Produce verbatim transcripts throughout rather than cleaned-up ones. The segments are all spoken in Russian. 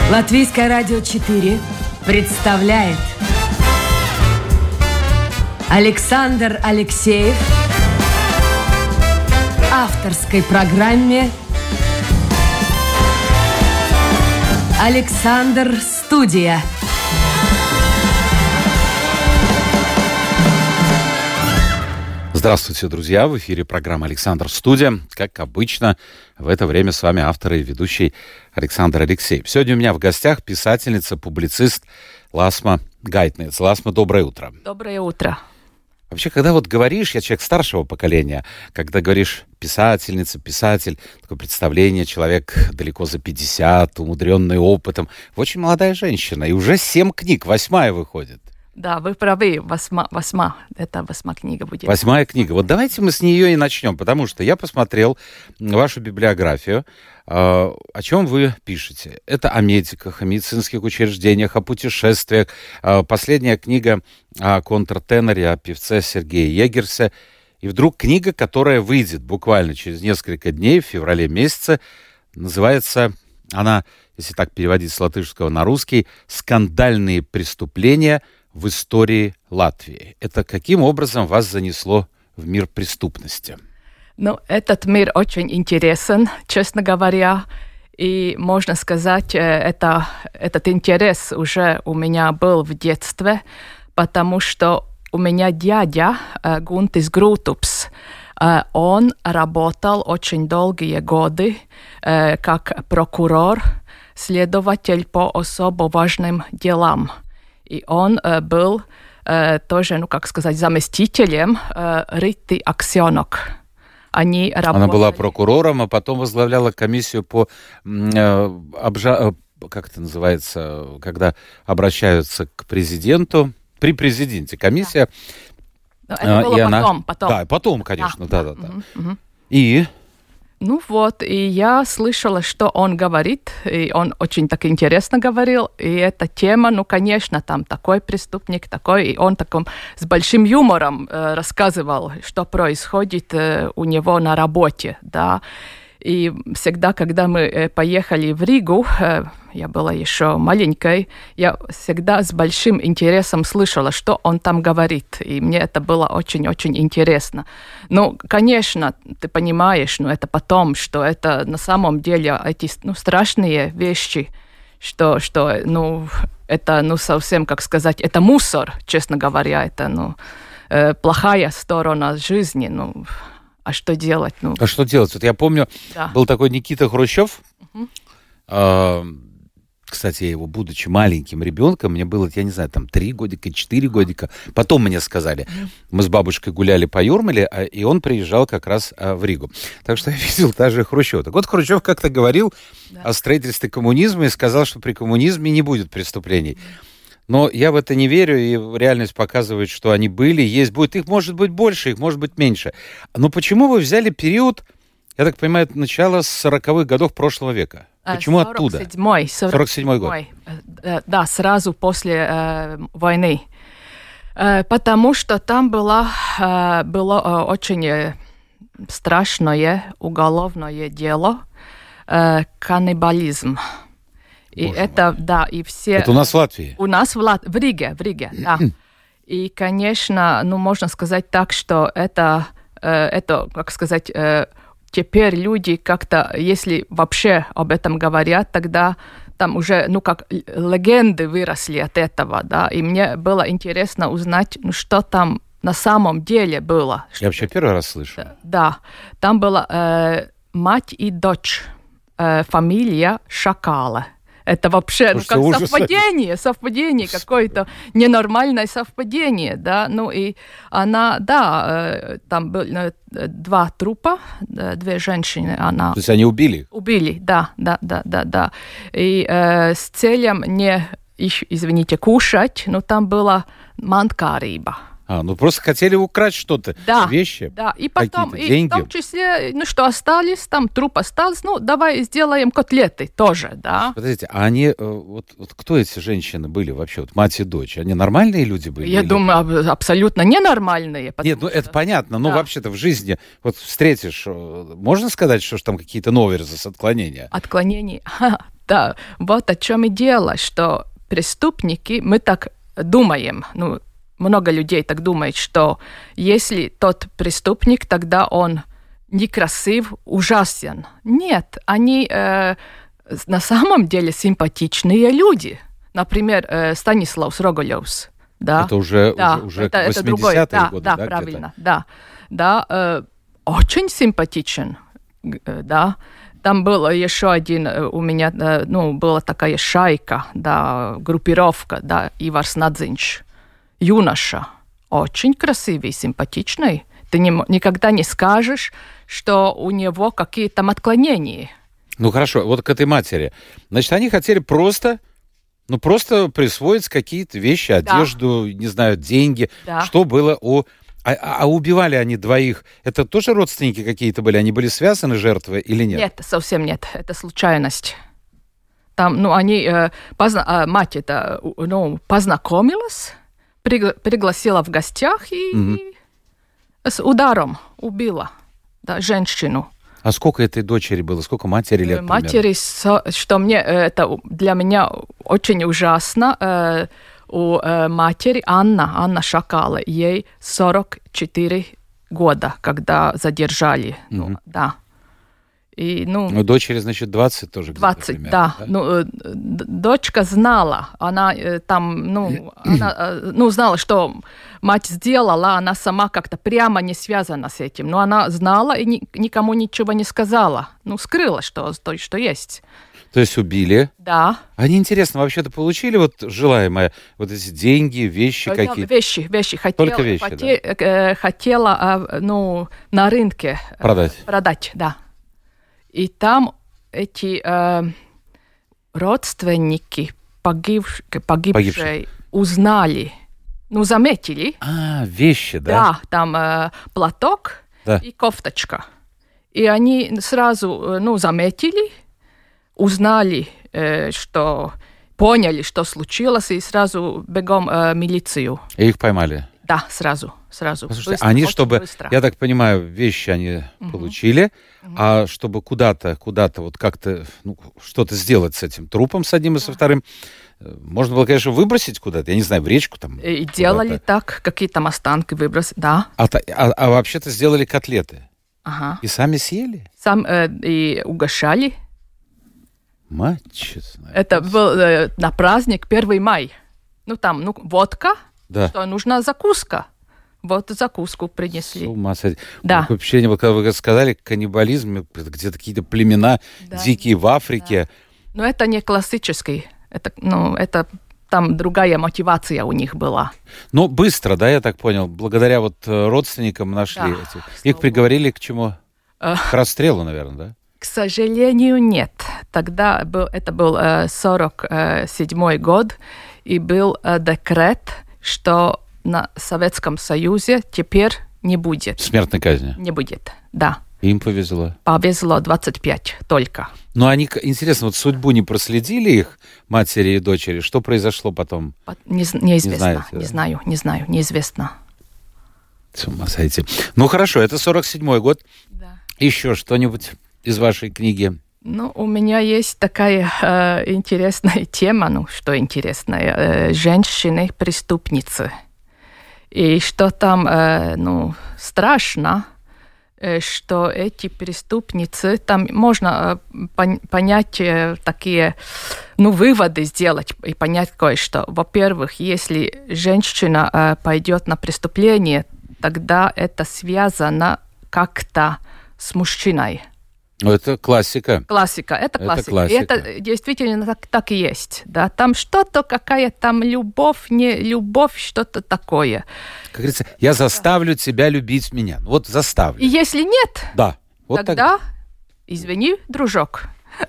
Латвийское радио четыре представляет Александр Алексеев в авторской программе «Александр Студия». Здравствуйте, друзья! В эфире программа «Александр Студия». Как обычно, в это время с вами автор и ведущий Александр Алексеев. Сегодня у меня в гостях писательница, публицист Ласма Гайтнец. Ласма, доброе утро. Доброе утро. Вообще, когда вот говоришь, я человек старшего поколения, когда говоришь писательница, писатель, такое представление, человек далеко за пятьдесят, умудренный опытом, вы очень молодая женщина, и уже семь книг, восьмая выходит. Да, вы правы, восьма, восьма, это восьмая книга будет. Восьмая книга. Вот давайте мы с нее и начнем, потому что я посмотрел вашу библиографию. О чем вы пишете? Это о медиках, о медицинских учреждениях, о путешествиях. Последняя книга о контртеноре, о певце Сергее Егерсе. И вдруг книга, которая выйдет буквально через несколько дней, в феврале месяце, называется, она, если так переводить с латышского на русский, «Скандальные преступления в истории Латвии». Это каким образом вас занесло в мир преступности? Ну, этот мир очень интересен, честно говоря. И можно сказать, это, этот интерес уже у меня был в детстве, потому что у меня дядя Гунтис Грутупс, он работал очень долгие годы как прокурор, следователь по особо важным делам. И он э, был э, тоже, ну, как сказать, заместителем э, Риты Аксенок. Они работали... Она была прокурором, а потом возглавляла комиссию по... Э, обжа... Как это называется? Когда обращаются к президенту. При президенте комиссия. Да. Это было и потом, она... потом. Да, потом, конечно, да-да-да. Угу, угу. И... Ну вот, и я слышала, что он говорит, и он очень так интересно говорил, и эта тема, ну, конечно, там такой преступник, такой, и он таком с большим юмором э, рассказывал, что происходит э, у него на работе, да. И всегда, когда мы э, поехали в Ригу, э, я была еще маленькой, я всегда с большим интересом слышала, что он там говорит, и мне это было очень-очень интересно. Ну, конечно, ты понимаешь, ну, это потом, что это на самом деле эти, ну, страшные вещи, что, что, ну, это, ну, совсем, как сказать, это мусор, честно говоря, это, ну, э, плохая сторона жизни, ну. А что делать? Ну... А что делать? Вот я помню, да. Был такой Никита Хрущев. Uh-huh. А, кстати, я его, будучи маленьким ребенком, мне было, я не знаю, там три годика, четыре годика. Потом мне сказали, uh-huh. мы с бабушкой гуляли по Юрмале, а, и он приезжал как раз а, в Ригу. Так что я видел даже Хрущева. Так вот, Хрущев как-то говорил да. о строительстве коммунизма и сказал, что при коммунизме не будет преступлений. Uh-huh. Но я в это не верю, и реальность показывает, что они были, есть, будет. Их может быть больше, их может быть меньше. Но почему вы взяли период, я так понимаю, начало сороковых годов прошлого века? Почему оттуда? сорок седьмой год. Да, сразу после э, войны. Э, потому что там было, э, было э, очень э, страшное уголовное дело, э, каннибализм. И Боже это, мой. Да, и все... Это у нас в Латвии? У нас в, Лат... в Риге, в Риге, да. И, конечно, ну, можно сказать так, что это, э, это как сказать, э, теперь люди как-то, если вообще об этом говорят, тогда там уже, ну, как легенды выросли от этого, да. И мне было интересно узнать, ну, что там на самом деле было. Я вообще первый раз слышу. Да, там была э, мать и дочь, э, фамилия Шакала. Это вообще, ну, как ужас. совпадение, совпадение, какое-то ненормальное совпадение, да, ну, и она, да, там были два трупа, две женщины, она... То есть они убили? Убили, да, да, да, да, да, и э, с целью не их, извините, кушать, но там была манкарība. А, ну просто хотели украсть что-то, да, вещи, да, и потом, какие-то деньги. И в том числе, ну что остались, там труп остался, ну давай сделаем котлеты тоже, да. Подождите, а они, вот, вот кто эти женщины были вообще, вот мать и дочь, они нормальные люди были? Я или... думаю, абсолютно ненормальные. Нет, ну что... это понятно, но да. вообще-то в жизни, вот встретишь, можно сказать, что там какие-то новерзы с отклонения? Отклонений? Да, вот о чем и дело, что преступники, мы так думаем, ну, много людей так думает, что если тот преступник, тогда он некрасив, ужасен. Нет, они э, на самом деле симпатичные люди. Например, э, Станиславс Роголевс. Да? Это уже, да, уже, уже это, восьмидесятые это годы, да? да, Да, правильно, где-то? да. да э, очень симпатичен, э, да. Там был еще один, у меня, э, ну, была такая шайка, да, группировка, да, Иварс Надзинч, юноша, очень красивый, симпатичный. Ты не, никогда не скажешь, что у него какие-то отклонения. Ну, хорошо, вот к этой матери. Значит, они хотели просто... Ну, просто присвоить какие-то вещи, одежду, да. не знаю, деньги. Да. Что было у... А, а убивали они двоих? Это тоже родственники какие-то были? Они были связаны, жертвы, или нет? Нет, совсем нет. Это случайность. Там, ну, они... Э, позна... а, мать это, ну, познакомилась, пригла... пригласила в гостях и угу. с ударом убила, да, женщину. А сколько этой дочери было? Сколько матери лет примерно? Матери, что мне, это для меня очень ужасно. У матери Анна, Анна Шакала, ей сорок четыре года, когда задержали. Mm-hmm. Ну, да. И, ну, ну, дочери, значит, двадцать тоже двадцать, примерно, да. да? Ну, дочка знала, она там, ну, она, ну, знала, что мать сделала, она сама как-то прямо не связана с этим. Но она знала и ни, никому ничего не сказала. Ну, скрыла, что, то, что есть. То есть убили? Да. Они, интересно, вообще-то получили вот желаемое, вот эти деньги, вещи да, какие-то? Вещи, вещи. Хотел, Только вещи, хоте, да? э, Хотела, ну, на рынке продать. Продать, да. И там эти э, родственники погиб, погибшей, погибшей узнали, ну, заметили. А, вещи, да? Да, там э, платок да. и кофточка. И они сразу, ну, заметили, узнали, э, что... Поняли, что случилось, и сразу бегом э, милицию. И их поймали? Да, сразу, сразу. Послушайте, быстро, они, чтобы, быстро. Я так понимаю, вещи они угу. получили, угу. а чтобы куда-то, куда-то вот как-то ну, что-то сделать с этим трупом, с одним и со вторым, можно было, конечно, выбросить куда-то, я не знаю, в речку там. И делали так, какие там останки выбросить, да. А, а, а вообще-то сделали котлеты. Ага. И сами съели? Сам э, и угощали. Мать честная. Это был э, на праздник первого мая. Ну, там, ну, водка, да. что нужна закуска. Вот закуску принесли. С ума сойти. Да. Такое впечатление, когда вы сказали, каннибализм, где-то какие-то племена да. дикие в Африке. Да. Но это не классический. Это, ну, это там другая мотивация у них была. Ну, быстро, да, я так понял, благодаря вот родственникам нашли да, эти. Их приговорили к чему? К расстрелу, наверное, да? К сожалению, нет. Тогда был, это был э, сорок седьмой год, и был э, декрет, что на Советском Союзе теперь не будет. Смертной казни? Не будет, да. Им повезло? Повезло двадцать пять только. Но они, интересно, вот судьбу не проследили их, матери и дочери? Что произошло потом? Не, неизвестно, не, знаете, да? не знаю, не знаю, неизвестно. С ума сойти. Ну, хорошо, это сорок седьмой год. Да. Еще что-нибудь из вашей книги? Ну, у меня есть такая э, интересная тема, ну, что интересная, э, женщины-преступницы. И что там, э, ну, страшно, э, что эти преступницы, там можно э, пон- понять э, такие, ну, выводы сделать и понять кое-что. Во-первых, если женщина э, пойдет на преступление, тогда это связано как-то с мужчиной. Ну, это классика. Классика, это классика. Это классика. И это действительно так, так и есть. Да? Там что-то, какая там любовь, не любовь, что-то такое. Как говорится, я заставлю тебя любить меня. Вот заставлю. И если нет, да. Вот тогда, так... извини, дружок,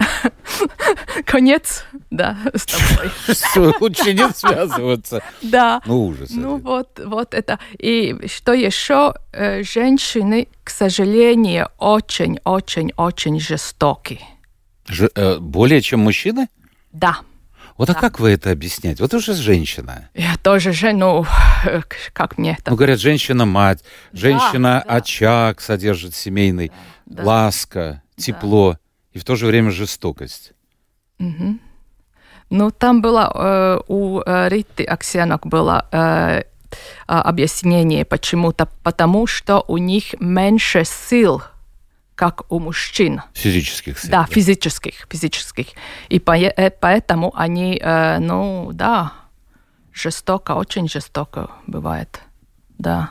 конец, да, с тобой. Лучше не связываться. Да. Ну, ужас. Ну, вот, вот это. И что еще? Женщины, к сожалению, очень-очень-очень жестоки. Ж, э, более чем мужчины? Да. Вот а да. Как вы это объясняете? Вот уже женщина. Я тоже же, ну, как мне это... Ну, говорят, женщина-мать, женщина-очаг да, да. содержит семейный, да, ласка, тепло. Да. И в то же время жестокость. Угу. Ну, там было э, у э, Риты Аксенок было э, объяснение почему-то, потому что у них меньше сил, как у мужчин. Физических сил. Да, да. физических, физических. И по, э, поэтому они, э, ну, да, жестоко, очень жестоко бывает, да.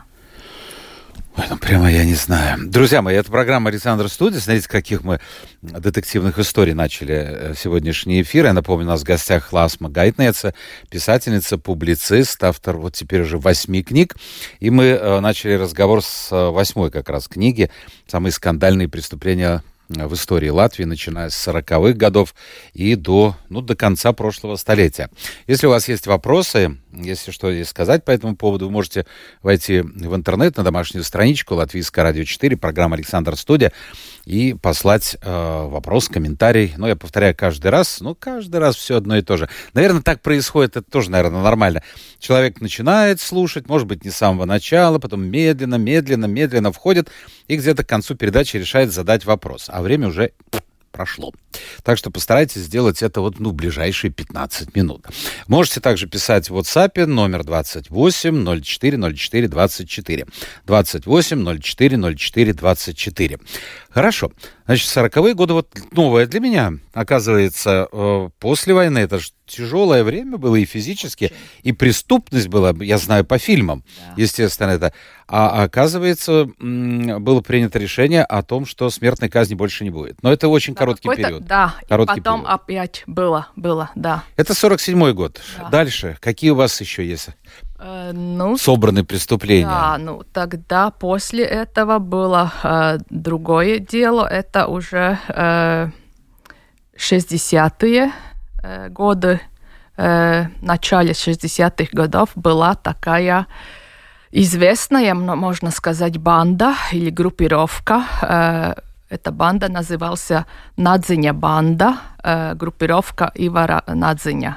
Ой, ну прямо я не знаю. Друзья мои, это программа «Александр Студия». Смотрите, каких мы детективных историй начали сегодняшний эфир. Я напомню, у нас в гостях Ласма Гайтнеца, писательница, публицист, автор вот теперь уже восьми книг. И мы начали разговор с восьмой как раз книги «Самые скандальные преступления в истории Латвии», начиная с сороковых годов и до, ну, до конца прошлого столетия. Если у вас есть вопросы, если что есть сказать по этому поводу, вы можете войти в интернет на домашнюю страничку Латвийское радио четыре, программа «Александр Студия», и послать э, вопрос, комментарий. Ну, я повторяю каждый раз, ну, каждый раз все одно и то же. Наверное, так происходит, это тоже, наверное, нормально. Человек начинает слушать, может быть, не с самого начала, потом медленно, медленно, медленно входит и где-то к концу передачи решает задать вопрос. А время уже прошло. Так что постарайтесь сделать это вот, ну, в ближайшие пятнадцать минут. Можете также писать в WhatsApp номер двадцать восемь ноль четыре ноль четыре двадцать четыре. двадцать восемь ноль четыре ноль четыре двадцать четыре. Хорошо. Значит, сороковые годы, вот новое для меня, оказывается, после войны, это же тяжелое время было и физически, и преступность была, я знаю по фильмам, да. Естественно, это. А оказывается, было принято решение о том, что смертной казни больше не будет. Но это очень да, короткий период. Да, короткий и потом период. Опять было, было, да. Это сорок седьмой год. Да. Дальше, какие у вас еще есть э, ну, собраны преступления? Да, ну тогда после этого было э, другое дело, это уже э, шестидесятые э, годы, э, в начале шестидесятых годов была такая известная, можно сказать, банда или группировка. Э, эта банда называлась Надзиņa банда, э, группировка Ивара Надзиņa.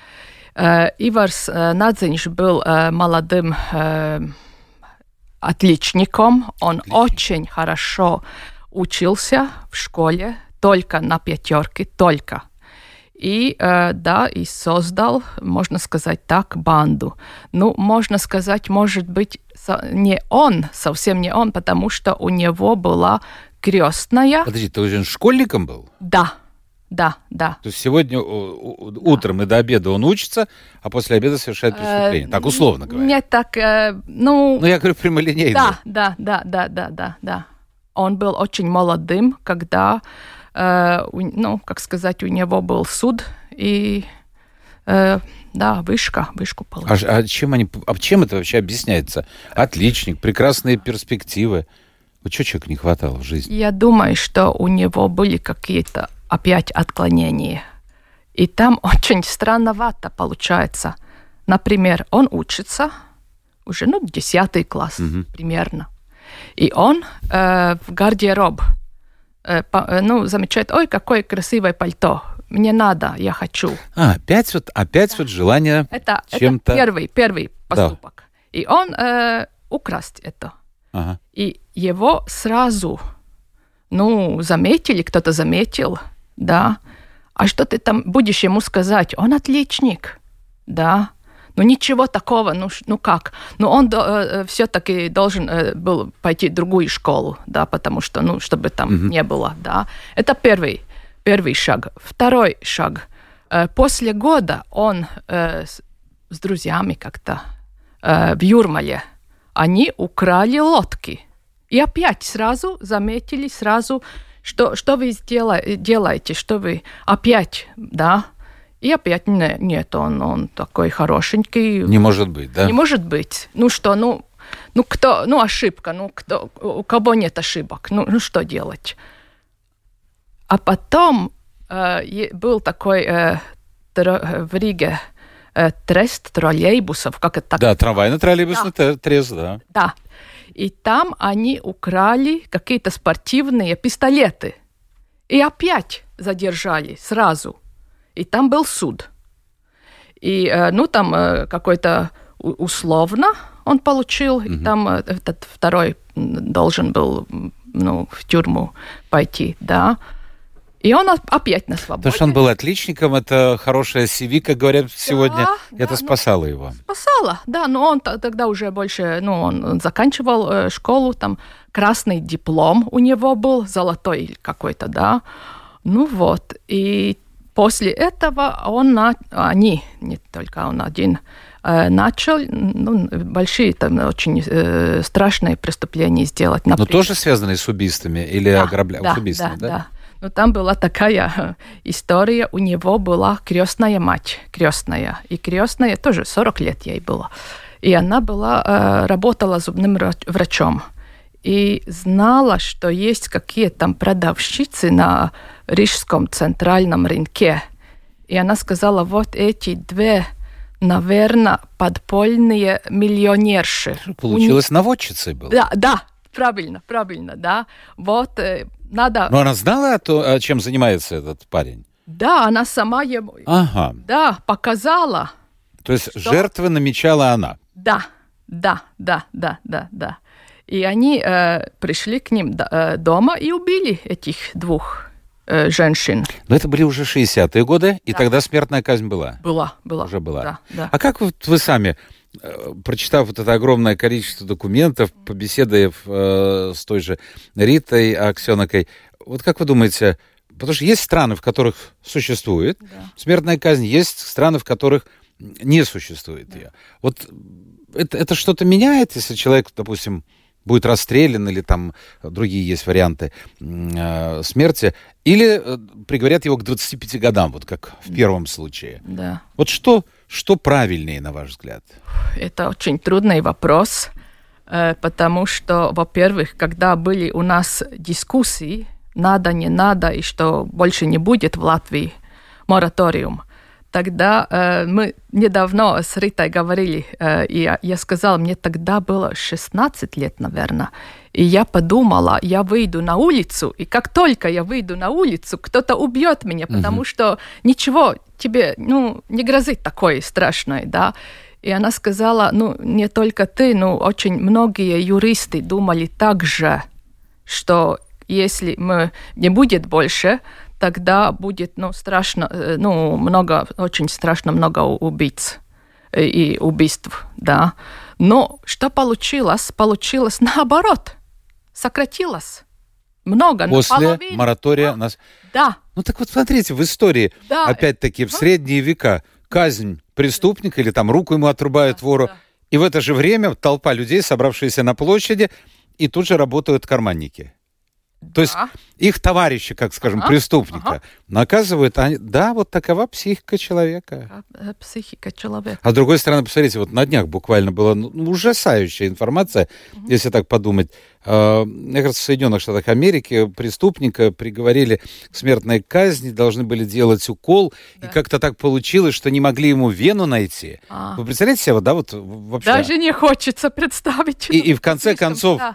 Э, Иварс э, Надзиņš был э, молодым э, отличником, он Отличник. Очень хорошо учился в школе, только на пятерке, только. И, э, да, и создал, можно сказать так, банду. Ну, можно сказать, может быть, со, не он, совсем не он, потому что у него была крестная. Подожди, ты уже школьником был? Да, да, да. То есть сегодня утром да. и до обеда он учится, а после обеда совершает преступление. Э, так условно говоря. Не так, э, ну... Ну, я говорю прямолинейно. Да, да, да, да, да, да, да. Он был очень молодым, когда... Uh, ну, как сказать, у него был суд, и, uh, да, вышка, вышку получил. А, а, чем они, а чем это вообще объясняется? Отличник, прекрасные перспективы. Вот чего человеку не хватало в жизни? Я думаю, что у него были какие-то опять отклонения. И там очень странновато получается. Например, он учится уже, ну, десятый класс угу. примерно. И он uh, в гардероб ну, замечает, ой, какое красивое пальто, мне надо, я хочу. А, опять вот, опять да. вот желание это, чем-то... Это первый, первый поступок. Да. И он э, украсть это. Ага. И его сразу, ну, заметили, кто-то заметил, да. А что ты там будешь ему сказать? Он отличник, да. Ну, ничего такого, ну, ну как? Ну, он э, все-таки должен э, был пойти в другую школу, да, потому что, ну, чтобы там mm-hmm. не было, да. Это первый, первый шаг. Второй шаг. Э, после года он э, с, с друзьями как-то э, в Юрмале, они украли лодки. И опять сразу заметили, сразу, что, что вы делаете, что вы опять, да. И опять не, нет, он, он такой хорошенький. Не может быть, да? Не может быть. Ну что, ну, ну кто, ну ошибка, ну кто, у кого нет ошибок, ну, ну что делать? А потом э, был такой э, тр, в Риге э, трест троллейбусов, как это так? Да, трамвайно-троллейбусный да. трест, да. Да. И там они украли какие-то спортивные пистолеты. И опять задержали сразу. И там был суд. И, ну, там какой-то условно он получил, mm-hmm. и там этот второй должен был, ну, в тюрьму пойти, да. И он опять на свободе. Потому что он был отличником, это хорошая си ви, как говорят сегодня. Да, это да, спасало ну, его. Спасало, да, но он тогда уже больше, ну, он заканчивал э, школу, там красный диплом у него был, золотой какой-то, да. Ну вот, и после этого он, они, не только он один, э, начал ну, большие, там, очень э, страшные преступления сделать. Например. Но тоже связанные с убийствами или да, ограбля... да, с убийствами, да? да? Да. Но там была такая история, у него была крестная мать, крестная, и крестная тоже сорок лет ей было, и она была, э, работала зубным врачом, и знала, что есть какие-то там продавщицы на Рижском центральном рынке, и она сказала, вот эти две, наверное, подпольные миллионерши. Получилось, них... наводчицей было. Да, да, правильно, правильно, да, вот. Надо... Но она знала, то, чем занимается этот парень? Да, она сама ему ага. да, показала. То есть что... жертвы намечала она? Да, да, да, да, да, да. И они э, пришли к ним э, дома и убили этих двух э, женщин. Но это были уже шестидесятые годы, и да. тогда смертная казнь была? Была, была. Уже была. Да, да. А как вот вы сами... прочитав вот это огромное количество документов, побеседуя э, с той же Ритой Аксенокой, вот как вы думаете, потому что есть страны, в которых существует да. смертная казнь, есть страны, в которых не существует да. ее. Вот это, это что-то меняет, если человек, допустим, будет расстрелян, или там другие есть варианты э, смерти, или э, приговорят его к двадцати пяти годам, вот как в первом случае. Да. Вот что, что правильнее, на ваш взгляд? Это очень трудный вопрос, э, потому что, во-первых, когда были у нас дискуссии, надо, не надо, и что больше не будет в Латвии мораториум, тогда э, мы недавно с Ритой говорили, э, и я, я сказала, мне тогда было шестнадцать лет, наверное, и я подумала, я выйду на улицу, и как только я выйду на улицу, кто-то убьет меня, потому uh-huh. что ничего тебе, ну, не грозит такой страшной, да. И она сказала, ну, не только ты, но очень многие юристы думали так же, что если мы не будет больше, тогда будет, ну, страшно, ну, много, очень страшно много убийц и убийств, да. Но что получилось? Получилось наоборот. Сократилось. Много, после наполовину. Моратория нас... Да. Ну, так вот, смотрите, в истории, да. опять-таки, в средние века казнь преступника или там руку ему отрубают да, вору, да. и в это же время толпа людей, собравшаяся на площади, и тут же работают карманники. Да. То есть их товарищи, как скажем, ага, преступника, ага. наказывают. Они... Да, вот такова психика человека. Психика человека. А с другой стороны, посмотрите, вот на днях буквально была ну, ужасающая информация, угу. если так подумать. Э, мне кажется, в Соединенных Штатах Америки преступника приговорили к смертной казни, должны были делать укол, да. и как-то так получилось, что не могли ему вену найти. А. Вы представляете себе, вот, да, вот вообще... Даже не хочется представить. И, и в конце концов, да.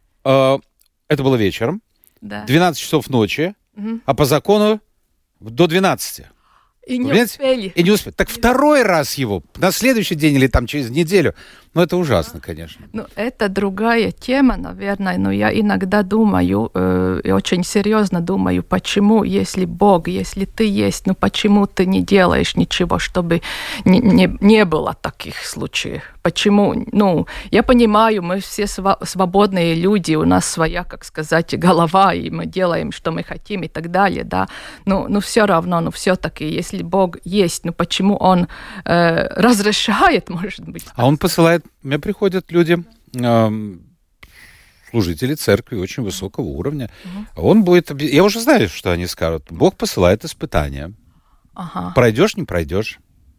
э, это было вечером. Да. двенадцать часов ночи, угу. а по закону до двенадцати. И не Понимаете? успели. И не успели. Так второй раз его, на следующий день или там через неделю. Ну, это ужасно, конечно. Ну, это другая тема, наверное, но я иногда думаю, э, и очень серьезно думаю, почему, если Бог, если ты есть, ну, почему ты не делаешь ничего, чтобы не, не, не было таких случаев? Почему? Ну, я понимаю, мы все сва- свободные люди, у нас своя, как сказать, голова, и мы делаем, что мы хотим и так далее, да, но, но все равно, ну, все-таки, если Бог есть, ну, почему Он э, разрешает, может быть? А Он посылает, мне приходят люди, э, служители церкви очень высокого уровня, угу. Он будет, я уже знаю, что они скажут, Бог посылает испытания, ага. пройдешь, не пройдешь.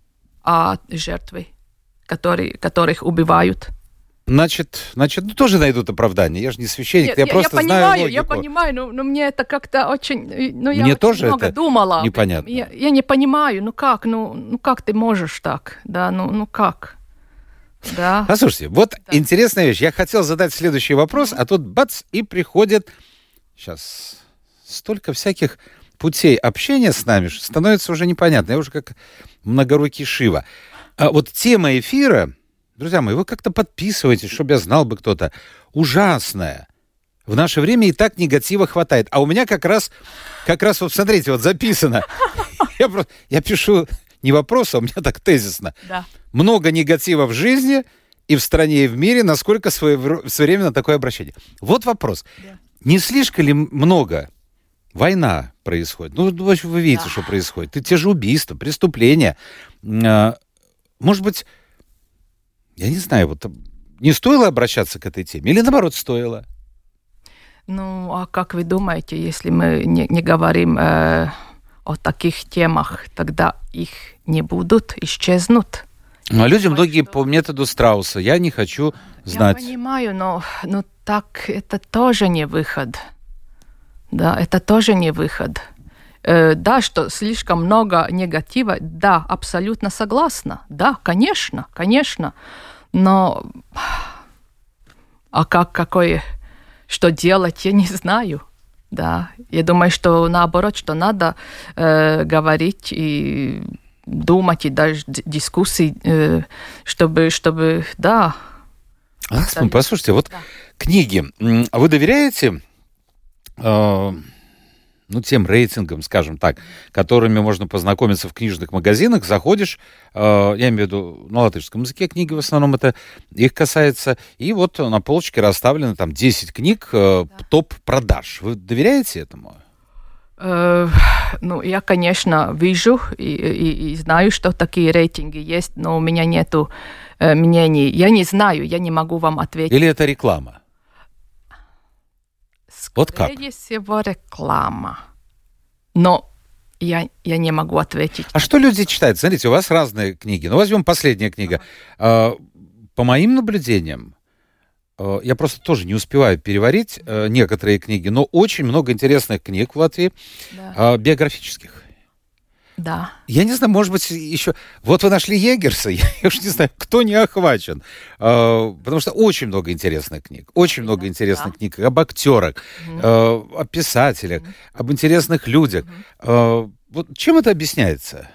А жертвы? Которые, которых убивают. Значит, значит, ну, тоже найдут оправдание. Я же не священник, Нет, я, я просто я знаю понимаю, логику. Я понимаю, но, но мне это как-то очень... Ну, я мне очень тоже много это думала. непонятно. Я, я не понимаю, ну как, ну, ну как ты можешь так? Да, ну, ну как? Да. Послушайте, вот да. интересная вещь. Я хотел задать следующий вопрос, mm-hmm. а тут бац, и приходит... Сейчас, столько всяких путей общения с нами становится уже непонятно. Я уже как многорукий Шива. А вот тема эфира, друзья мои, вы как-то подписывайтесь, чтобы я знал бы кто-то. Ужасная. В наше время и так негатива хватает. А у меня как раз, как раз вот смотрите, вот записано. Я, просто, я пишу не вопрос, а у меня так тезисно. Да. Много негатива в жизни и в стране, и в мире. Насколько своевременно такое обращение? Вот вопрос. Да. Не слишком ли много война происходит? Ну, вы видите, да. что происходит. И те же убийства, преступления. Может быть, я не знаю, вот не стоило обращаться к этой теме? Или наоборот, стоило? Ну, а как вы думаете, если мы не, не говорим э, о таких темах, тогда их не будут, исчезнут? Ну, а люди многие что... по методу Страуса. Я не хочу знать. Я понимаю, но, но так это тоже не выход. Да, это тоже не выход. Э, да, что слишком много негатива, да, абсолютно согласна. Да, конечно, конечно. Но а как, какой... Что делать, я не знаю. Да, я думаю, что наоборот, что надо э, говорить и думать, и даже дискуссии, э, чтобы, чтобы, да. Ласман, послушайте, вот да. Книги. Вы доверяете э, ну, тем рейтингам, скажем так, которыми можно познакомиться в книжных магазинах? Заходишь, э, я имею в виду на латышском языке книги, в основном это их касается, и вот на полочке расставлены там десять книг э, да. топ-продаж. Вы доверяете этому? Э, ну, я, конечно, вижу и, и, и знаю, что такие рейтинги есть, но у меня нету э, мнений. Я не знаю, я не могу вам ответить. Или это реклама? Вот как? Скорее всего, реклама. Но я, я не могу ответить. А что люди читают? Смотрите, у вас разные книги. Ну, возьмем последняя книга. По моим наблюдениям, я просто тоже не успеваю переварить некоторые книги, но очень много интересных книг в Латвии, да. биографических. Да. Я не знаю, может быть, еще... Вот вы нашли Егерса, я уж не знаю, кто не охвачен. Потому что очень много интересных книг. Очень много да, интересных да. книг об актерах, угу. о писателях, угу. об интересных людях. Угу. Вот чем это объясняется?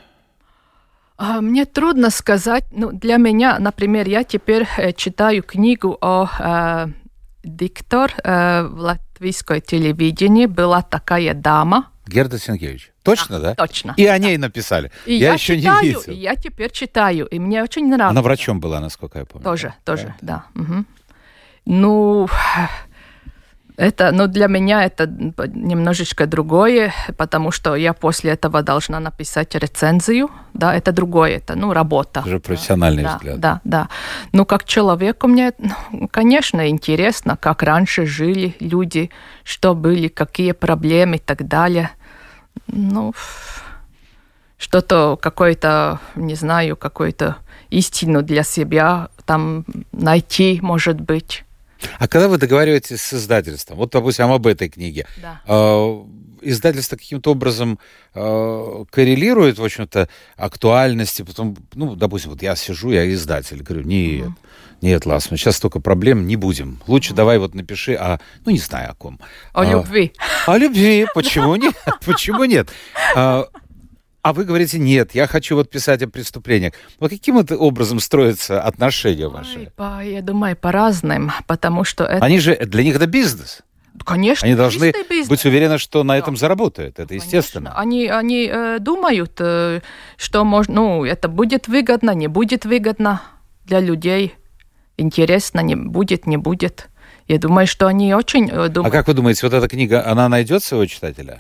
Мне трудно сказать. Ну, для меня, например, я теперь читаю книгу о э, диктор э, в латвийском телевидении. Была такая дама. Герда Сенкевич. Точно, да? да? Точно. И о ней да. написали. И я, я еще читаю, не видел. И я теперь читаю, и мне очень нравится. Она врачом была, насколько я помню. Тоже, да? тоже, да. да. Угу. Ну, это, ну, для меня это немножечко другое, потому что я после этого должна написать рецензию. Да, это другое, это, ну, работа. Уже профессиональный да, взгляд. Да, да. Ну, как человеку мне, ну, конечно, интересно, как раньше жили люди, что были, какие проблемы и так далее. Ну, что-то, какое-то, не знаю, какую-то истину для себя там найти, может быть. А когда вы договариваетесь с издательством, вот, допустим, об этой книге, да. э, издательство каким-то образом э, коррелирует, в общем-то, актуальности, потом, ну, допустим, вот я сижу, я издатель, говорю, нет, mm-hmm. нет, Ласман, сейчас столько проблем, не будем. Лучше mm-hmm. давай вот напиши о, ну, не знаю о ком. О а, любви. О любви, почему нет? Почему нет? А вы говорите, нет, я хочу вот писать о преступлениях. Вот каким это образом строятся отношения ваши? Ой, по, я думаю, по-разному, потому что это... Они же, для них это бизнес. Конечно, они должны бизнес. быть уверены, что на этом да. заработают. Это Конечно. Естественно. Они, они э, думают, э, что можно, ну, это будет выгодно, не будет выгодно для людей. Интересно, не будет, не будет. Я думаю, что они очень э, думают. А как вы думаете, вот эта книга, она найдет своего читателя?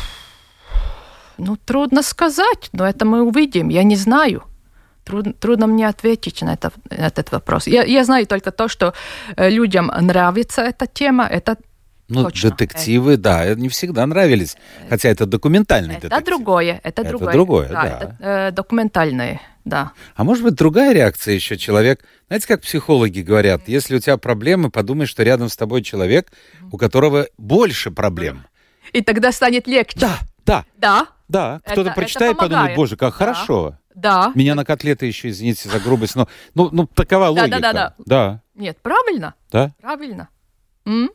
Ну, трудно сказать, но это мы увидим. Я не знаю. Трудно, трудно мне ответить на, это, на этот вопрос. Я, я знаю только то, что людям нравится эта тема. Это ну, точно. Детективы, да, не всегда нравились. Хотя это документальный это детектив. Другое, это, это другое. другое. Да, да. Это э, документальное, да. А может быть, другая реакция еще? Человек, знаете, как психологи говорят, если у тебя проблемы, подумай, что рядом с тобой человек, у которого больше проблем. И тогда станет легче. Да, да. Да. Да, кто-то это, прочитает, это подумает, боже, как да. хорошо. Да. Меня на котлеты еще, извините за грубость, но ну, ну, такова логика. Да, да, да, да. Нет, правильно. Да? Правильно. М?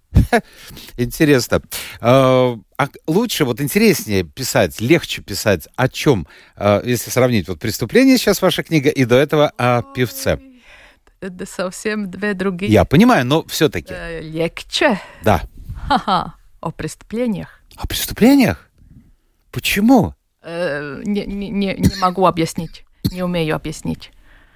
Интересно. А лучше, вот интереснее писать, легче писать о чем, если сравнить вот «Преступление», сейчас ваша книга, и до этого о певце? Это совсем две другие. Я понимаю, но все-таки. Легче. Да. Ха-ха. О преступлениях. О преступлениях? Почему? Э, не, не, не могу объяснить. Не умею объяснить.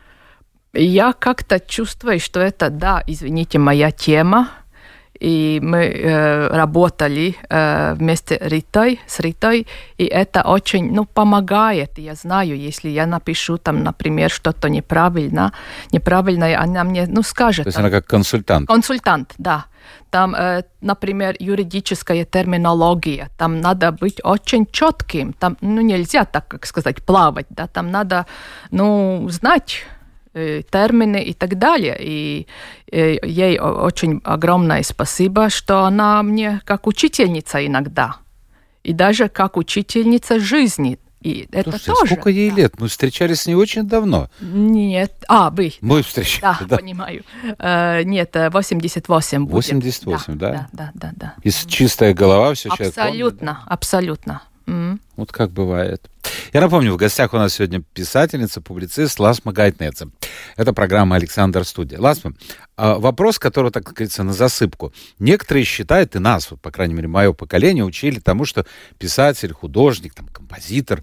Я как-то чувствую, что это, да, извините, моя тема. И мы э, работали э, вместе Ритой, с Ритой, и это очень, ну, помогает. Я знаю, если я напишу там, например, что-то неправильно, неправильное, она мне, ну, скажет. То есть там, она как консультант? Консультант, да. Там, э, например, юридическая терминология, там надо быть очень четким, там, ну, нельзя, так как сказать, плавать, да, там надо, ну, знать термины и так далее. И, и ей очень огромное спасибо, что она мне как учительница иногда. И даже как учительница жизни. И это Слушайте, тоже. Сколько ей да. лет? Мы встречались с ней очень давно. Нет. А, вы. Мы встречались, да. да. Понимаю. Э, нет, восемьдесят восемь будет. восемьдесят восемь, да? Да, да, да. да. И чистая голова, все человек помнит. Абсолютно, абсолютно. Mm. Вот как бывает. Я напомню, в гостях у нас сегодня писательница, публицист Ласма Гайтнеце. Это программа «Александр Студия». Ласма, вопрос, который, так говорится, на засыпку. Некоторые считают, и нас, вот, по крайней мере, мое поколение, учили тому, что писатель, художник, там, композитор,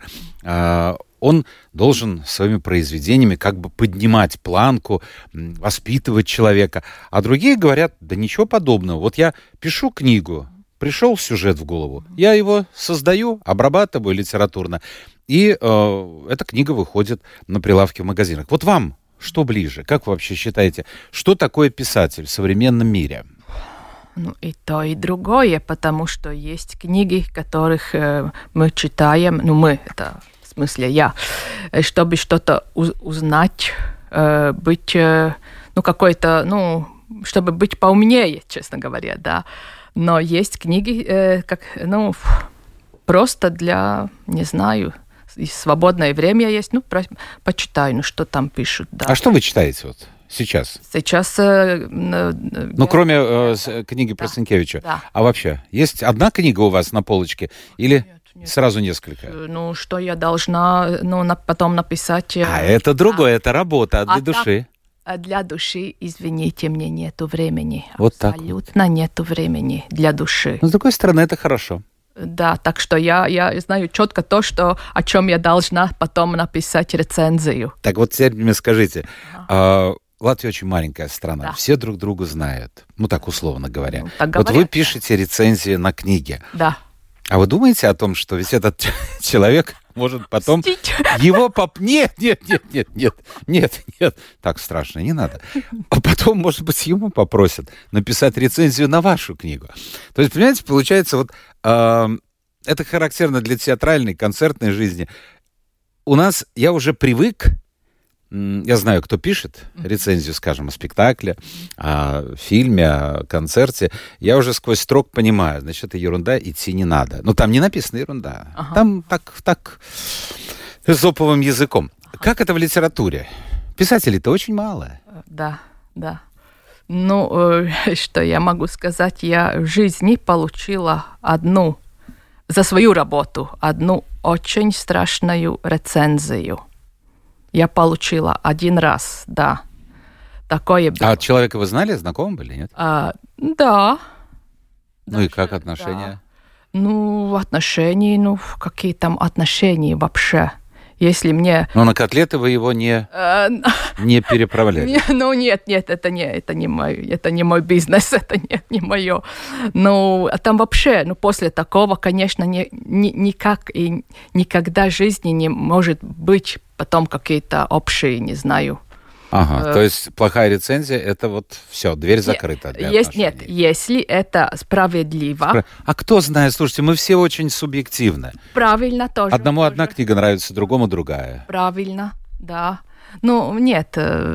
он должен своими произведениями как бы поднимать планку, воспитывать человека. А другие говорят, да ничего подобного. Вот я пишу книгу, пришел сюжет в голову, я его создаю, обрабатываю литературно, и э, эта книга выходит на прилавки в магазинах. Вот вам что ближе? Как вы вообще считаете, что такое писатель в современном мире? Ну, и то, и другое, потому что есть книги, которых э, мы читаем, ну, мы, это в смысле я, чтобы что-то уз- узнать, э, быть, э, ну, какой-то, ну, чтобы быть поумнее, честно говоря, да. Но есть книги, э, как, ну, просто для, не знаю, и свободное время есть, ну, про, почитаю, ну, что там пишут, да. А что вы читаете вот сейчас? Сейчас... Э, э, ну, кроме э, с, книги про да, Сенкевича. Да. А вообще, есть одна книга у вас на полочке или нет, нет. сразу несколько? Ну, что я должна, ну, на, потом написать... Э, а это другое, а, это работа для а души. Так, для души, извините, мне нету времени. Вот Абсолютно так вот. Нету времени для души. Но, с другой стороны, это хорошо. Да, так что я, я знаю четко то, что, о чем я должна потом написать рецензию. Так вот теперь мне скажите, ага. Латвия очень маленькая страна, да. Все друг друга знают, ну так условно говоря. Ну, так вот говорят, вы пишете рецензии на книги. Да. А вы думаете о том, что ведь этот человек может потом Мстить. его поп... Нет, нет, нет, нет, нет, нет, нет, так страшно, не надо. А потом, может быть, ему попросят написать рецензию на вашу книгу. То есть, понимаете, получается, вот э, это характерно для театральной, концертной жизни. У нас, я уже привык, я знаю, кто пишет рецензию, скажем, о спектакле, о фильме, о концерте. Я уже сквозь строк понимаю, значит, это ерунда, идти не надо. Но там не написано ерунда. Ага. Там так, так эзоповым языком. Ага. Как это в литературе? Писателей-то очень мало. Да, да. Ну, что я могу сказать? Я в жизни получила одну, за свою работу, одну очень страшную рецензию. Я получила один раз, да. Такое было. А человека вы знали, знакомы были, нет? А, да. Ну даже, и как отношения? Да. Ну, отношения, ну, какие там отношения вообще? Если мне... Но на котлеты вы его не, а, не переправляли? Не, ну, нет, нет, это не, это не мой, это не мой бизнес, это не, не мое. Ну, а там вообще, ну, после такого, конечно, не, не, никак и никогда в жизни не может быть потом какие-то общие, не знаю. Ага, э, то есть плохая рецензия, это вот все, дверь закрыта для есть, отношений. Нет, если это справедливо... Спра... А кто знает, слушайте, мы все очень субъективны. Правильно тоже. Одному тоже. Одна книга нравится, другому другая. Правильно, да. Ну, нет,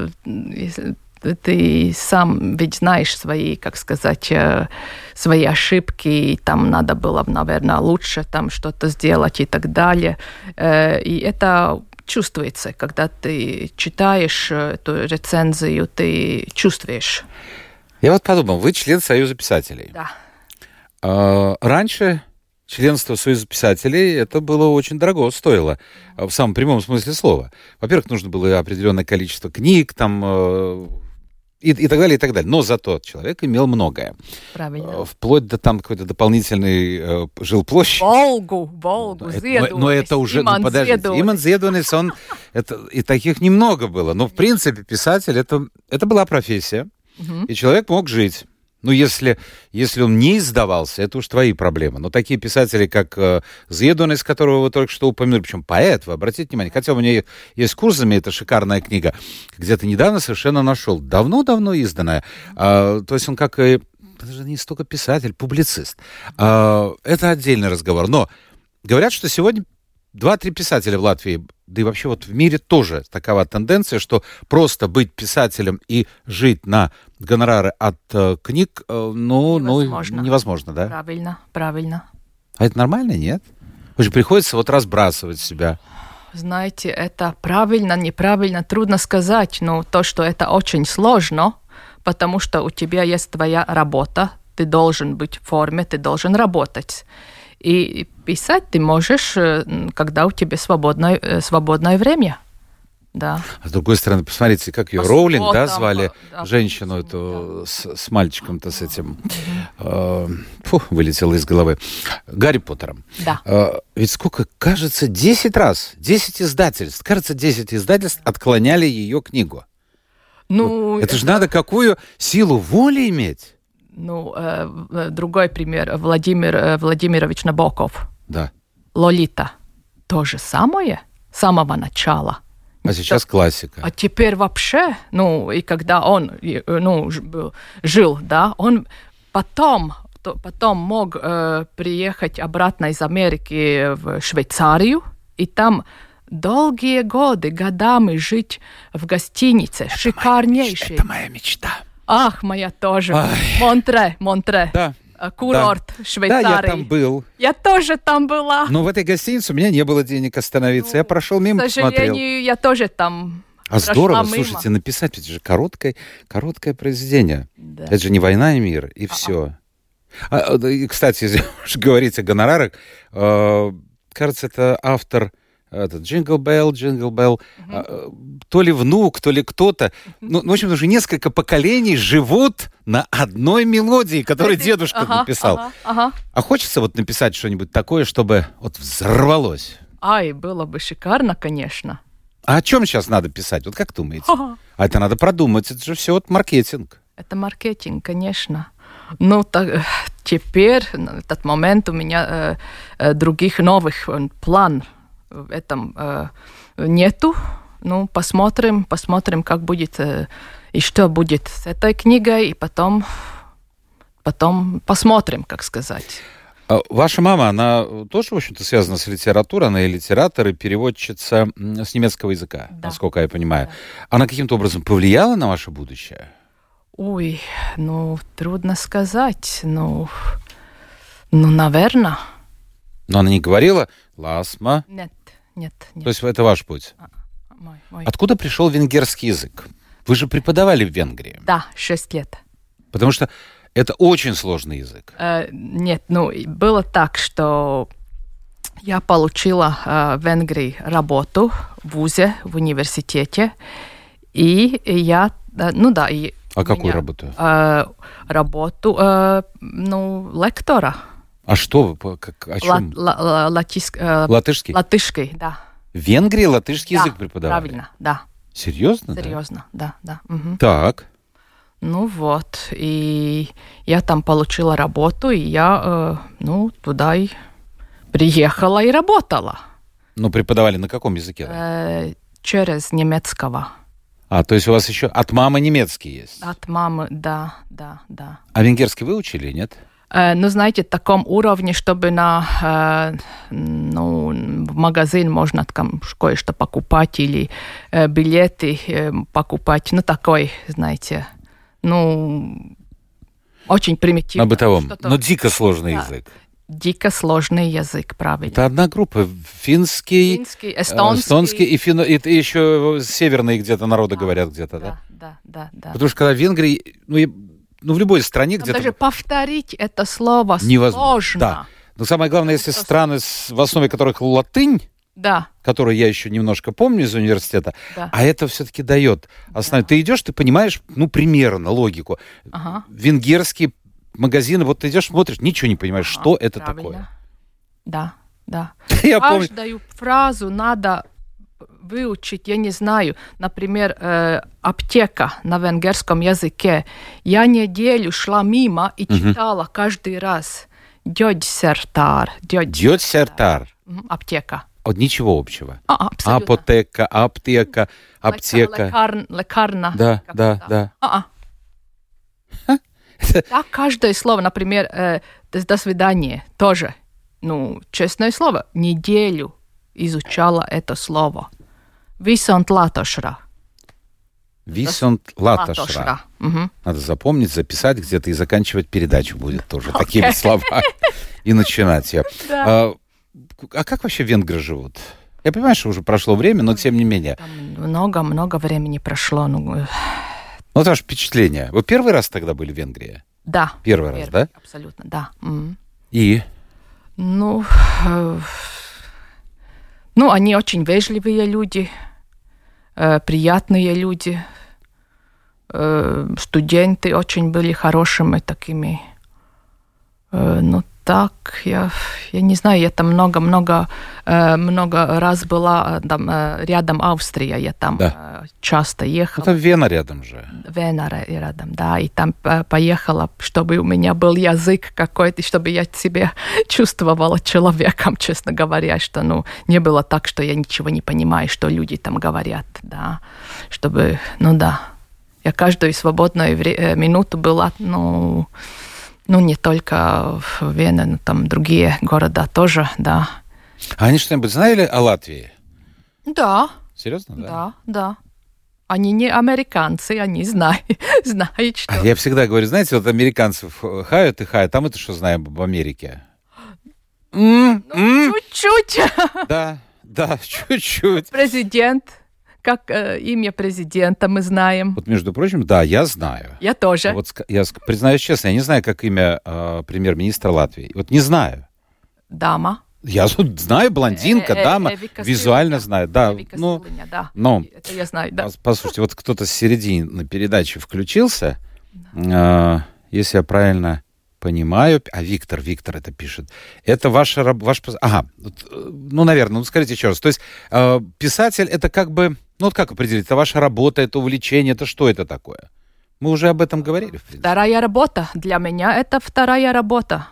ты сам ведь знаешь свои, как сказать, свои ошибки, и там надо было, наверное, лучше там что-то сделать и так далее. И это чувствуется, когда ты читаешь эту рецензию, ты чувствуешь. Я вот подумал, вы член Союза писателей. Да. А, раньше членство Союза писателей, это было очень дорого, стоило, в самом прямом смысле слова. Во-первых, нужно было определенное количество книг, там, И, и так далее, и так далее. Но зато человек имел многое. Правильно. Вплоть до там какой-то дополнительной э, жилплощади. Волгу, Волгу, Зедуnis. Но, но это уже, ну подождите, Иман Зедуnis, он, это, и таких немного было. Но в принципе писатель, это, это была профессия, угу. И человек мог жить. Ну, если, если он не издавался, это уж твои проблемы. Но такие писатели, как э, Зедуnis, которого вы только что упомянули, причем поэт, вы обратите внимание, хотя у меня есть курсами, это шикарная книга, где-то недавно совершенно нашел, давно-давно изданная. А, то есть он как, и, даже не столько писатель, публицист. А, это отдельный разговор. Но говорят, что сегодня два-три писателя в Латвии, да и вообще вот в мире тоже такова тенденция, что просто быть писателем и жить на гонорары от э, книг, э, ну, невозможно. ну, невозможно, да? Правильно, правильно. А это нормально, нет? Уже приходится вот разбрасывать себя. Знаете, это правильно, неправильно, трудно сказать, но то, что это очень сложно, потому что у тебя есть твоя работа, ты должен быть в форме, ты должен работать. И писать ты можешь, когда у тебя свободное, свободное время. Да. А с другой стороны, посмотрите, как ее, Роулинг, да, звали, да, женщину эту, да. с, с мальчиком-то, с этим, mm-hmm. э, фу, вылетело из головы, Гарри Поттером. Да. Э, ведь сколько, кажется, десять раз, десять издательств, кажется, десять издательств отклоняли ее книгу. Ну, это, это же надо какую силу воли иметь. Ну, э, другой пример, Владимир э, Владимирович Набоков. Да. Лолита. То же самое с самого начала. А сейчас То, классика. А теперь вообще, ну, и когда он, ну, жил, да, он потом, то, потом мог э, приехать обратно из Америки в Швейцарию, и там долгие годы, годами жить в гостинице, это шикарнейшей. Это моя мечта. Ах, моя тоже. Ай. Монтре, Монтре. Да. Курорт да. Швейцарии. Да, я там был. Я тоже там была. Но в этой гостинице у меня не было денег остановиться. Ну, я прошел мимо, посмотрел. К сожалению, посмотрел. Я тоже там А здорово, мимо. Слушайте, написать, это же короткое, короткое произведение. Да. Это же не «Война и мир», и А-а. все. А, и, кстати, если уж говорить о гонорарах, э, кажется, это автор... Этот Джингл Белл, Джингл Белл, uh-huh. то ли внук, то ли кто-то. Uh-huh. Ну, в общем, уже несколько поколений живут на одной мелодии, которую дедушка uh-huh, написал. Uh-huh, uh-huh. А хочется вот написать что-нибудь такое, чтобы вот взорвалось? Ай, было бы шикарно, конечно. А о чем сейчас надо писать? Вот как думаете? Uh-huh. А это надо продумать, это же все вот маркетинг. Это маркетинг, конечно. Ну, так, теперь, на этот момент у меня э, э, других новых э, планов в этом э, нету. Ну, посмотрим, посмотрим, как будет э, и что будет с этой книгой, и потом, потом посмотрим, как сказать. А ваша мама, она тоже, в общем-то, связана с литературой, она и литератор, и переводчица с немецкого языка, да. Насколько я понимаю. Да. Она каким-то образом повлияла на ваше будущее? Ой, ну, трудно сказать. Ну, ну наверное. Но она не говорила «ласма»? Нет, нет, нет. То есть это ваш путь? А, мой, мой. Откуда пришел венгерский язык? Вы же преподавали в Венгрии. Да, шесть лет. Потому что это очень сложный язык. Э, нет, ну, было так, что я получила э, в Венгрии работу в вузе, в университете, и я, э, ну да. И а какую меня, работу? Э, работу, э, ну, лектора. А что вы, как, о чем? Ла, ла, латиск, э, латышский? Латышский, да. В Венгрии латышский да, язык преподавали? Правильно, да. Серьезно? Серьезно, да, да. да. Угу. Так. Ну вот, и я там получила работу, и я, э, ну, туда и приехала и работала. Ну, преподавали на каком языке? Э, через немецкого. А, то есть у вас еще от мамы немецкий есть? От мамы, да, да, да. А венгерский вы учили, нет? Э, ну, знаете, в таком уровне, чтобы на, э, ну, в магазин можно там кое-что покупать или э, билеты э, покупать. Ну, такой, знаете, ну, очень примитивно. На бытовом, что-то... но дико сложный да. язык. Дико сложный язык, правильно. Это одна группа. Финский, Финский эстонский. эстонский и, фино... и еще северные где-то народы да, говорят где-то, да? Да, да, да, да. Потому что когда в Венгрии, ну, и, ну в любой стране где-то... Даже повторить это слово невозможно. Сложно. Да. Но самое главное, если это страны, в основе которых латынь, Да. Которую я еще немножко помню из университета, да. а это все-таки дает основу. Да. Ты идешь, ты понимаешь, ну, примерно логику. Ага. Венгерские магазины, вот ты идешь, смотришь, ничего не понимаешь, ага, что это правильно. такое. Да, да. Я Каждую помню... фразу надо выучить, я не знаю, например, э, аптека на венгерском языке. Я неделю шла мимо и читала угу. каждый раз «Дёдьсертар». «Дёдьсертар». Аптека. От ничего общего. А, абсолютно. Апотека, аптека, аптека. Лекар, лекарна. Да, да, да. А-а. Так, каждое слово, например, э, «до свидания» тоже. Ну, честное слово, неделю изучала это слово. Висонт латошра. Висонт латошра. Угу. Надо запомнить, записать где-то и заканчивать передачу будет тоже okay. такими словами. И начинать ее. Да. А, а как вообще венгры живут? Я понимаю, что уже прошло время, но тем не менее. Много-много времени прошло. Ну, ну это ваше впечатление. Вы первый раз тогда были в Венгрии? Да. Первый, первый раз, да? Абсолютно, да. Mm. И? Ну, э, ну, они очень вежливые люди, э, приятные люди. Э, студенты очень были хорошими такими. Э, ну, так, я, я не знаю, я там много-много э, много раз была там, э, рядом Австрия, я там да. э, часто ехала. Это Вена рядом же. Вена рядом, да, и там э, поехала, чтобы у меня был язык какой-то, чтобы я себя чувствовала человеком, честно говоря, что, ну, не было так, что я ничего не понимаю, что люди там говорят, да, чтобы, ну, да, я каждую свободную вре- минуту была, ну... Ну, не только в Вене, но там другие города тоже, да. А они что-нибудь знали о Латвии? Да. Серьезно, да? Да, да. Они не американцы, они знают, знают, что... А я всегда говорю, знаете, вот американцев хают и хают, а мы-то что знаем об Америке? Ну, чуть-чуть. Да, да, чуть-чуть. Президент... Как э, имя президента мы знаем. Вот, между прочим, да, я знаю. Я тоже. Вот я признаюсь честно, я не знаю, как имя э, премьер-министра Латвии. Вот не знаю. Дама. Я знаю, блондинка, э, э, дама, Эвика визуально Силыня. знаю. Да, Эвика ну, Силыня, да. Но, это я знаю, да. Послушайте, вот кто-то с середины передачи включился, да. э, если я правильно понимаю, а Виктор, Виктор это пишет, это ваша работа, ваш, ага, ну, наверное, ну, скажите еще раз. То есть э, писатель это как бы... Ну, вот как определить? Это ваша работа, это увлечение, это что это такое? Мы уже об этом говорили, в принципе. Вторая работа. Для меня это вторая работа.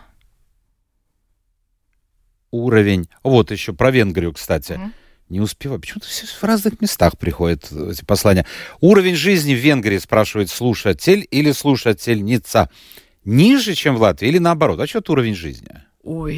Уровень. Вот еще про Венгрию, кстати. Mm-hmm. Не успеваю. Почему-то все в разных местах приходят эти послания. Уровень жизни в Венгрии, спрашивает слушатель или слушательница. Ниже, чем в Латвии или наоборот? А что это уровень жизни? Ой,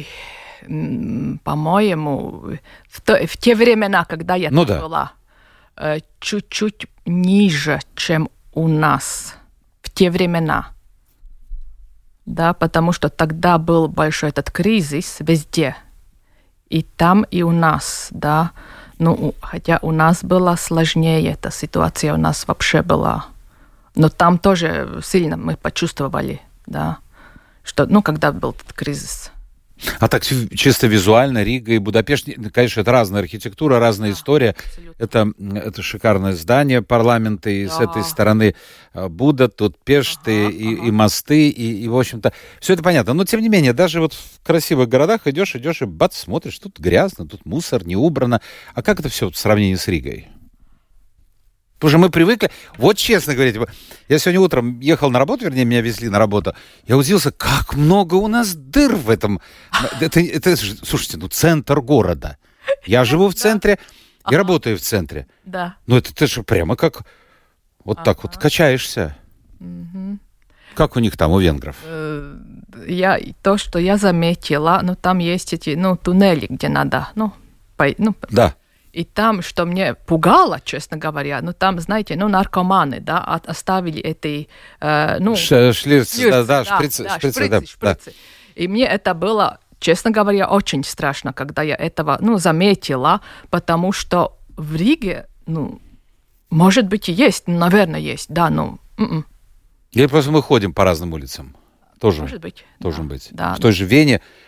по-моему, в, то, в те времена, когда я ну, там да. была, чуть-чуть ниже, чем у нас в те времена. Да, потому что тогда был большой этот кризис везде. И там, и у нас, да. Ну, хотя у нас была сложнее эта ситуация, у нас вообще была. Но там тоже сильно мы почувствовали, да, что, ну, когда был этот кризис. А так чисто визуально Рига и Будапешт, конечно, это разная архитектура, разная да, история. Это, это шикарное здание парламента, и да. с этой стороны Буда, тут Пешты, ага, и, ага. и мосты, и, и, в общем-то, все это понятно. Но, тем не менее, даже вот в красивых городах идешь, идешь, и бац, смотришь, тут грязно, тут мусор, не убрано. А как это все в сравнении с Ригой? Потому что мы привыкли, вот честно говоря, я сегодня утром ехал на работу, вернее, меня везли на работу, я удивился, как много у нас дыр в этом. Это, это, слушайте, ну центр города. Я живу в центре и ага. работаю в центре. Да. Ну это ты же прямо как вот ага. так вот качаешься. Угу. Как у них там, у венгров? Я, то, что я заметила, ну там есть эти, ну, туннели, где надо, ну, по, ну да. И там, что мне пугало, честно говоря, ну там, знаете, ну наркоманы, да, оставили эти, э, ну... Ш- шлиц, шлиц, да, да, да, шприцы, да, шприцы, шприцы, да, шприцы. Да. И мне это было, честно говоря, очень страшно, когда я этого, ну, заметила, потому что в Риге, ну, может быть, и есть, наверное, есть, да, ну... м-м. Или просто мы ходим по разным улицам. Тоже, может быть. Должен да, быть. Да, в той же Вене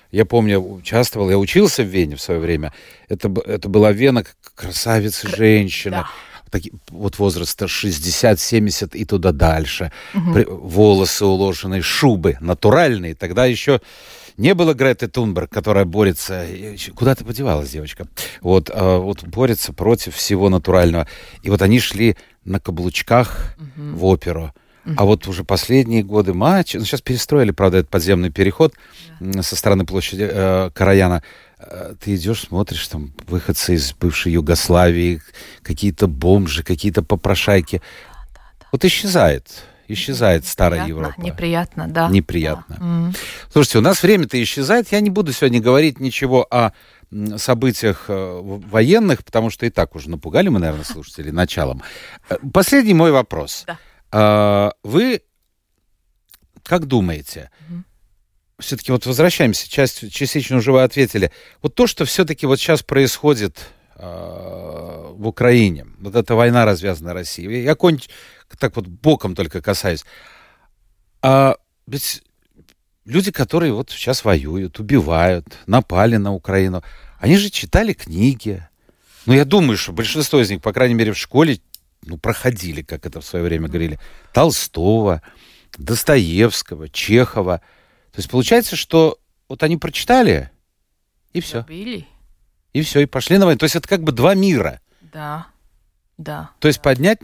Я помню, участвовал, я учился в Вене в свое время. Это, это была Вена как красавица, женщина. Да. Таки, вот возраста шестьдесят-семьдесят и туда дальше. Угу. При, волосы уложенные, шубы натуральные. Тогда еще не было Греты Тунберг, которая борется... Куда ты подевалась, девочка? Вот, а, вот борется против всего натурального. И вот они шли на каблучках угу. в оперу. Угу. А вот уже последние годы матч... Ну, сейчас перестроили, правда, этот подземный переход да. со стороны площади э, Караяна. Ты идешь, смотришь, там, выходцы из бывшей Югославии, какие-то бомжи, какие-то попрошайки. Да, да, да. Вот исчезает. Исчезает старая Европа. Неприятно, да. Неприятно. Да. Mm. Слушайте, у нас время-то исчезает. Я не буду сегодня говорить ничего о событиях военных, потому что и так уже напугали мы, наверное, слушателей началом. Последний мой вопрос. Да. Вы как думаете... Mm. Все-таки вот возвращаемся, часть, частично уже вы ответили. Вот то, что все-таки вот сейчас происходит э, в Украине, вот эта война, развязанная Россией, я конь так вот боком только касаюсь. А ведь люди, которые вот сейчас воюют, убивают, напали на Украину, они же читали книги. Ну, я думаю, что большинство из них, по крайней мере, в школе, ну, проходили, как это в свое время говорили, Толстого, Достоевского, Чехова. То есть получается, что вот они прочитали, и все. Забили. И все, и пошли на войну. То есть это как бы два мира. Да, да. То есть поднять,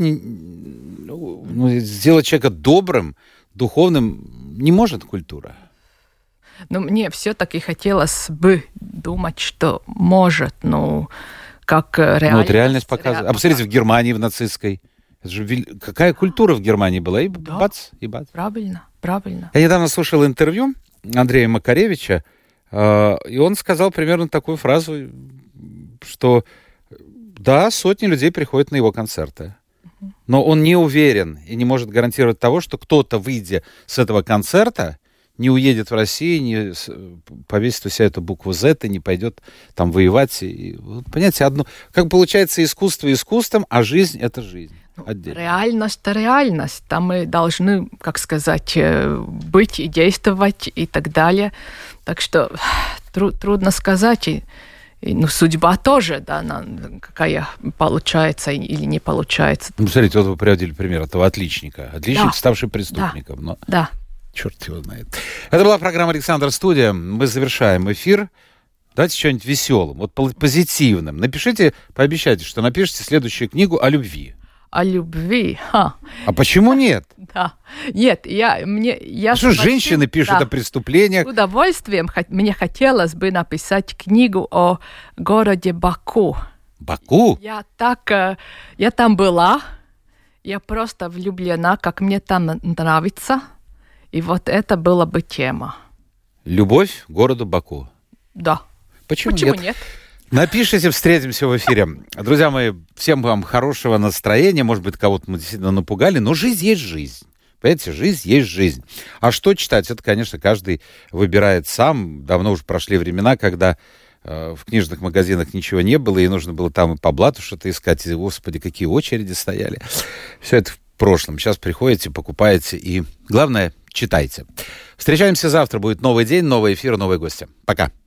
ну, сделать человека добрым, духовным не может культура. Ну, мне все-таки хотелось бы думать, что может, ну, как реальность. Ну, вот реальность показывает. А посмотрите, в Германии, в нацистской. Это же вел... Какая культура в Германии была? И да. бац, и бац. Правильно, правильно. Я недавно слушал интервью Андрея Макаревича, э, и он сказал примерно такую фразу, что да, сотни людей приходят на его концерты, uh-huh. но он не уверен и не может гарантировать того, что кто-то, выйдя с этого концерта, не уедет в Россию, не повесит у себя эту букву Z и не пойдет там воевать. И, понимаете, одно... Как получается, искусство искусством, а жизнь — это жизнь. Отдельно. Реальность — это реальность. Там мы должны, как сказать, быть и действовать и так далее. Так что тру- трудно сказать. И, и, ну, судьба тоже, да, она, какая получается или не получается. Ну, смотрите, вот вы приводили пример этого отличника. Отличник, да. ставший преступником. Да. Но... да. Черт его знает. Это была программа «Александр Студия». Мы завершаем эфир. Давайте что-нибудь веселым, вот позитивным. Напишите, пообещайте, что напишите следующую книгу о любви. О любви. Ха. А почему нет? Да. Нет, я... Мне, я а что спасибо, женщины пишут да. о преступлениях? С удовольствием мне хотелось бы написать книгу о городе Баку. Баку? Я так... Я там была. Я просто влюблена, как мне там нравится. И вот это была бы тема. Любовь к городу Баку. Да. Почему, Почему нет? нет? Напишите, встретимся в эфире. Друзья мои, всем вам хорошего настроения. Может быть, кого-то мы действительно напугали, но жизнь есть жизнь. Понимаете, жизнь есть жизнь. А что читать? Это, конечно, каждый выбирает сам. Давно уже прошли времена, когда э, в книжных магазинах ничего не было, и нужно было там и по блату что-то искать. И, господи, какие очереди стояли. Все это в прошлом. Сейчас приходите, покупаете и, главное, читайте. Встречаемся завтра. Будет новый день, новый эфир, новые гости. Пока.